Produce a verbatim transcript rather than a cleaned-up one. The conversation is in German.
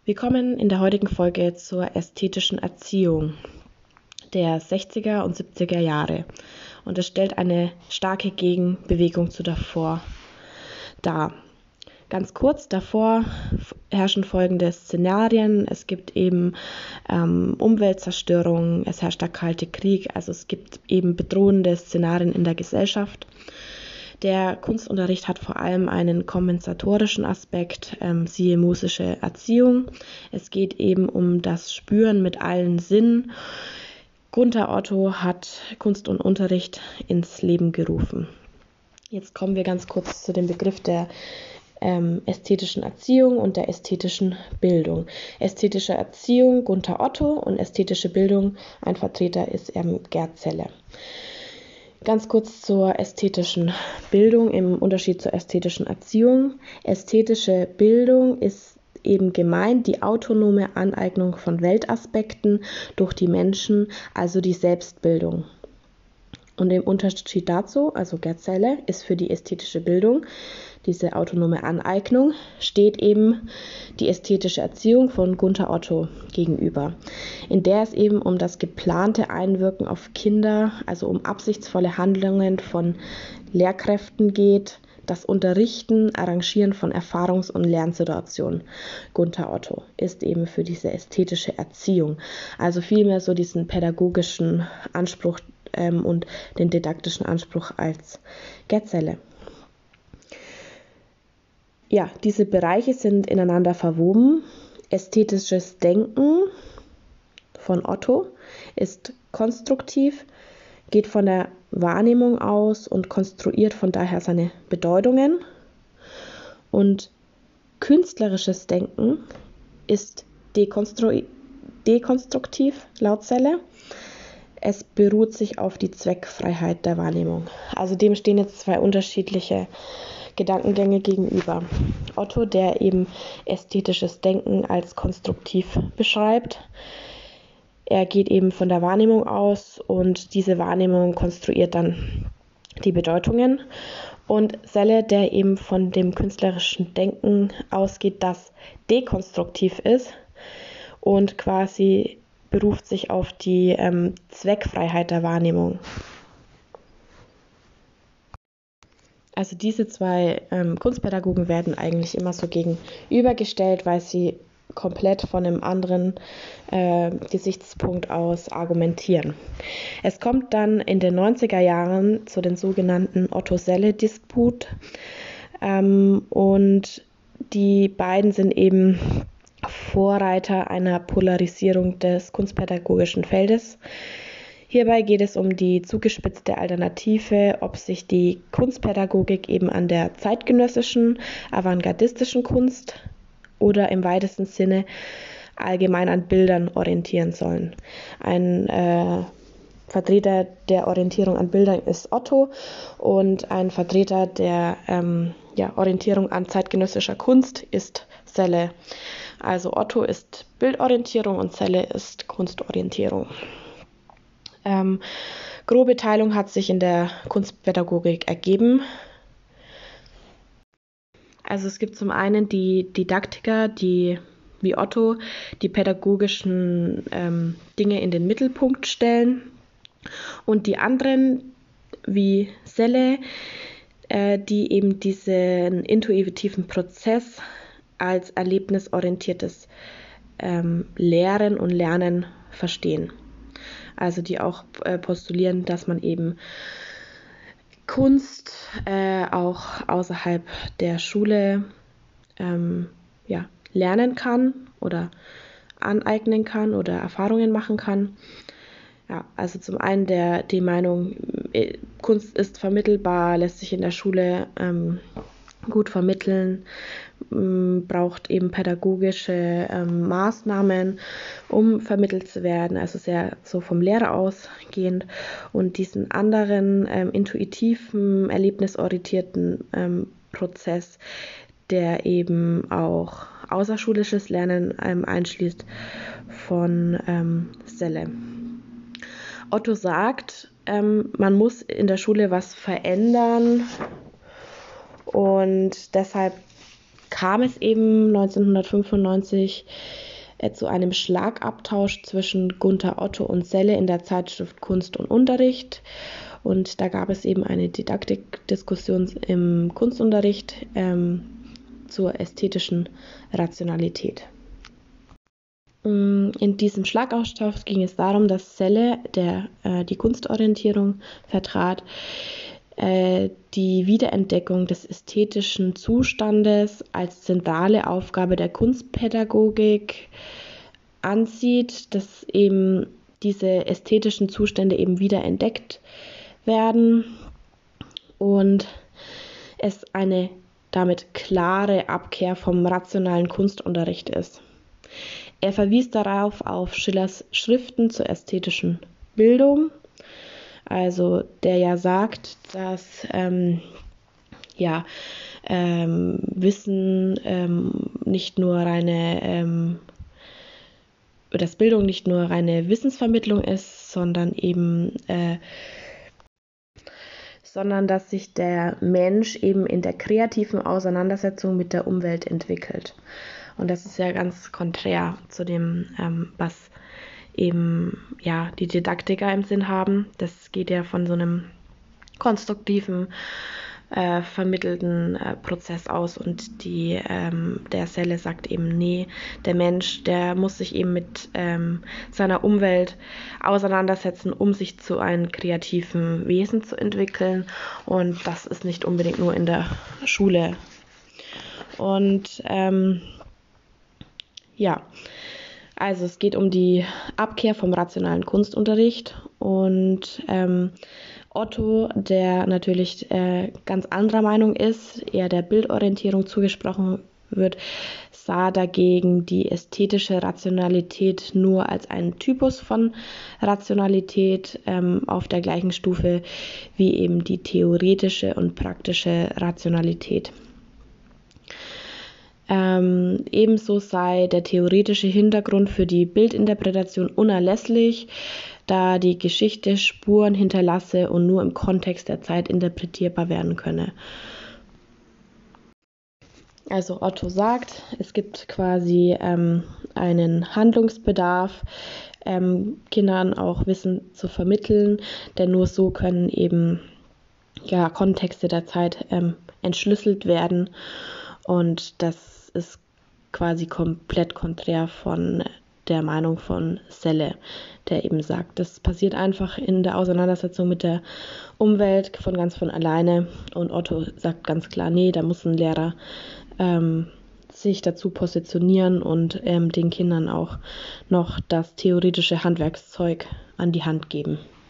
Wir kommen in der heutigen Folge zur ästhetischen Erziehung der sechziger und siebziger Jahre und es stellt eine starke Gegenbewegung zu davor dar. Ganz kurz, davor herrschen folgende Szenarien. Es gibt eben ähm, Umweltzerstörung, es herrscht der Kalte Krieg, also es gibt eben bedrohende Szenarien in der Gesellschaft. Der Kunstunterricht hat vor allem einen kompensatorischen Aspekt, ähm, siehe musische Erziehung. Es geht eben um das Spüren mit allen Sinnen. Gunther Otto hat Kunst und Unterricht ins Leben gerufen. Jetzt kommen wir ganz kurz zu dem Begriff der ähm, ästhetischen Erziehung und der ästhetischen Bildung. Ästhetische Erziehung Gunther Otto und ästhetische Bildung, ein Vertreter ist ähm, Gerd Selle. Ganz kurz zur ästhetischen Bildung im Unterschied zur ästhetischen Erziehung. Ästhetische Bildung ist eben gemeint die autonome Aneignung von Weltaspekten durch die Menschen, also die Selbstbildung. Und im Unterschied dazu, also Gerd Selle, ist für die ästhetische Bildung, diese autonome Aneignung, steht eben die ästhetische Erziehung von Gunther Otto gegenüber, in der es eben um das geplante Einwirken auf Kinder, also um absichtsvolle Handlungen von Lehrkräften geht, das Unterrichten, Arrangieren von Erfahrungs- und Lernsituationen. Gunther Otto ist eben für diese ästhetische Erziehung, also vielmehr so diesen pädagogischen Anspruch ähm, und den didaktischen Anspruch als Gerd Selle. Ja, diese Bereiche sind ineinander verwoben. Ästhetisches Denken von Otto ist konstruktiv, geht von der Wahrnehmung aus und konstruiert von daher seine Bedeutungen. Und künstlerisches Denken ist dekonstru- dekonstruktiv laut Selle. Es beruht sich auf die Zweckfreiheit der Wahrnehmung. Also dem stehen jetzt zwei unterschiedliche Gedankengänge gegenüber. Otto, der eben ästhetisches Denken als konstruktiv beschreibt. Er geht eben von der Wahrnehmung aus und diese Wahrnehmung konstruiert dann die Bedeutungen. Und Selle, der eben von dem künstlerischen Denken ausgeht, das dekonstruktiv ist und quasi beruft sich auf die ähm, Zweckfreiheit der Wahrnehmung. Also diese zwei ähm, Kunstpädagogen werden eigentlich immer so gegenübergestellt, weil sie komplett von einem anderen äh, Gesichtspunkt aus argumentieren. Es kommt dann in den neunziger Jahren zu den sogenannten Otto-Selle-Disput ähm, und die beiden sind eben Vorreiter einer Polarisierung des kunstpädagogischen Feldes. Hierbei geht es um die zugespitzte Alternative, ob sich die Kunstpädagogik eben an der zeitgenössischen, avantgardistischen Kunst oder im weitesten Sinne allgemein an Bildern orientieren sollen. Ein äh, Vertreter der Orientierung an Bildern ist Otto und ein Vertreter der ähm, ja, Orientierung an zeitgenössischer Kunst ist Selle. Also Otto ist Bildorientierung und Selle ist Kunstorientierung. Ähm, grobe Teilung hat sich in der Kunstpädagogik ergeben. Also es gibt zum einen die Didaktiker, die wie Otto die pädagogischen ähm, Dinge in den Mittelpunkt stellen und die anderen wie Selle, äh, die eben diesen intuitiven Prozess als erlebnisorientiertes ähm, Lehren und Lernen verstehen. Also die auch äh, postulieren, dass man eben Kunst äh, auch außerhalb der Schule ähm, ja, lernen kann oder aneignen kann oder Erfahrungen machen kann. Ja, also zum einen der, die Meinung, äh, Kunst ist vermittelbar, lässt sich in der Schule ähm, gut vermitteln, ähm, braucht eben pädagogische ähm, Maßnahmen, um vermittelt zu werden, also sehr so vom Lehrer ausgehend. Und diesen anderen ähm, intuitiven, erlebnisorientierten ähm, Prozess, der eben auch außerschulisches Lernen ähm, einschließt, von ähm, Selle. Otto sagt, ähm, man muss in der Schule was verändern und deshalb kam es eben neunzehnhundertfünfundneunzig äh, zu einem Schlagabtausch zwischen Gunther Otto und Selle in der Zeitschrift Kunst und Unterricht. Und da gab es eben eine Didaktikdiskussion im Kunstunterricht ähm, zur ästhetischen Rationalität. In diesem Schlagabtausch ging es darum, dass Selle, der äh, die Kunstorientierung vertrat, äh, die Wiederentdeckung des ästhetischen Zustandes als zentrale Aufgabe der Kunstpädagogik ansieht, dass eben diese ästhetischen Zustände eben wiederentdeckt werden und es eine damit klare Abkehr vom rationalen Kunstunterricht ist. Er verwies darauf auf Schillers Schriften zur ästhetischen Bildung, also der ja sagt, dass ähm, ja, ähm, Wissen ähm, nicht nur reine, ähm, dass Bildung nicht nur reine Wissensvermittlung ist, sondern eben äh, sondern dass sich der Mensch eben in der kreativen Auseinandersetzung mit der Umwelt entwickelt. Und das ist ja ganz konträr zu dem, ähm, was eben ja, die Didaktiker im Sinn haben. Das geht ja von so einem konstruktiven, äh, vermittelten äh, Prozess aus. Und die, ähm, der Selle sagt eben, nee, der Mensch, der muss sich eben mit ähm, seiner Umwelt auseinandersetzen, um sich zu einem kreativen Wesen zu entwickeln. Und das ist nicht unbedingt nur in der Schule. Und ähm, Ja, also es geht um die Abkehr vom rationalen Kunstunterricht und ähm, Otto, der natürlich äh, ganz anderer Meinung ist, eher der Bildorientierung zugesprochen wird, sah dagegen die ästhetische Rationalität nur als einen Typus von Rationalität ähm, auf der gleichen Stufe wie eben die theoretische und praktische Rationalität. Ähm, ebenso sei der theoretische Hintergrund für die Bildinterpretation unerlässlich, da die Geschichte Spuren hinterlasse und nur im Kontext der Zeit interpretierbar werden könne. Also Otto sagt, es gibt quasi ähm, einen Handlungsbedarf, ähm, Kindern auch Wissen zu vermitteln, denn nur so können eben ja, Kontexte der Zeit ähm, entschlüsselt werden. Und das ist quasi komplett konträr von der Meinung von Selle, der eben sagt, das passiert einfach in der Auseinandersetzung mit der Umwelt von ganz von alleine. Und Otto sagt ganz klar, nee, da muss ein Lehrer ähm, sich dazu positionieren und ähm, den Kindern auch noch das theoretische Handwerkszeug an die Hand geben.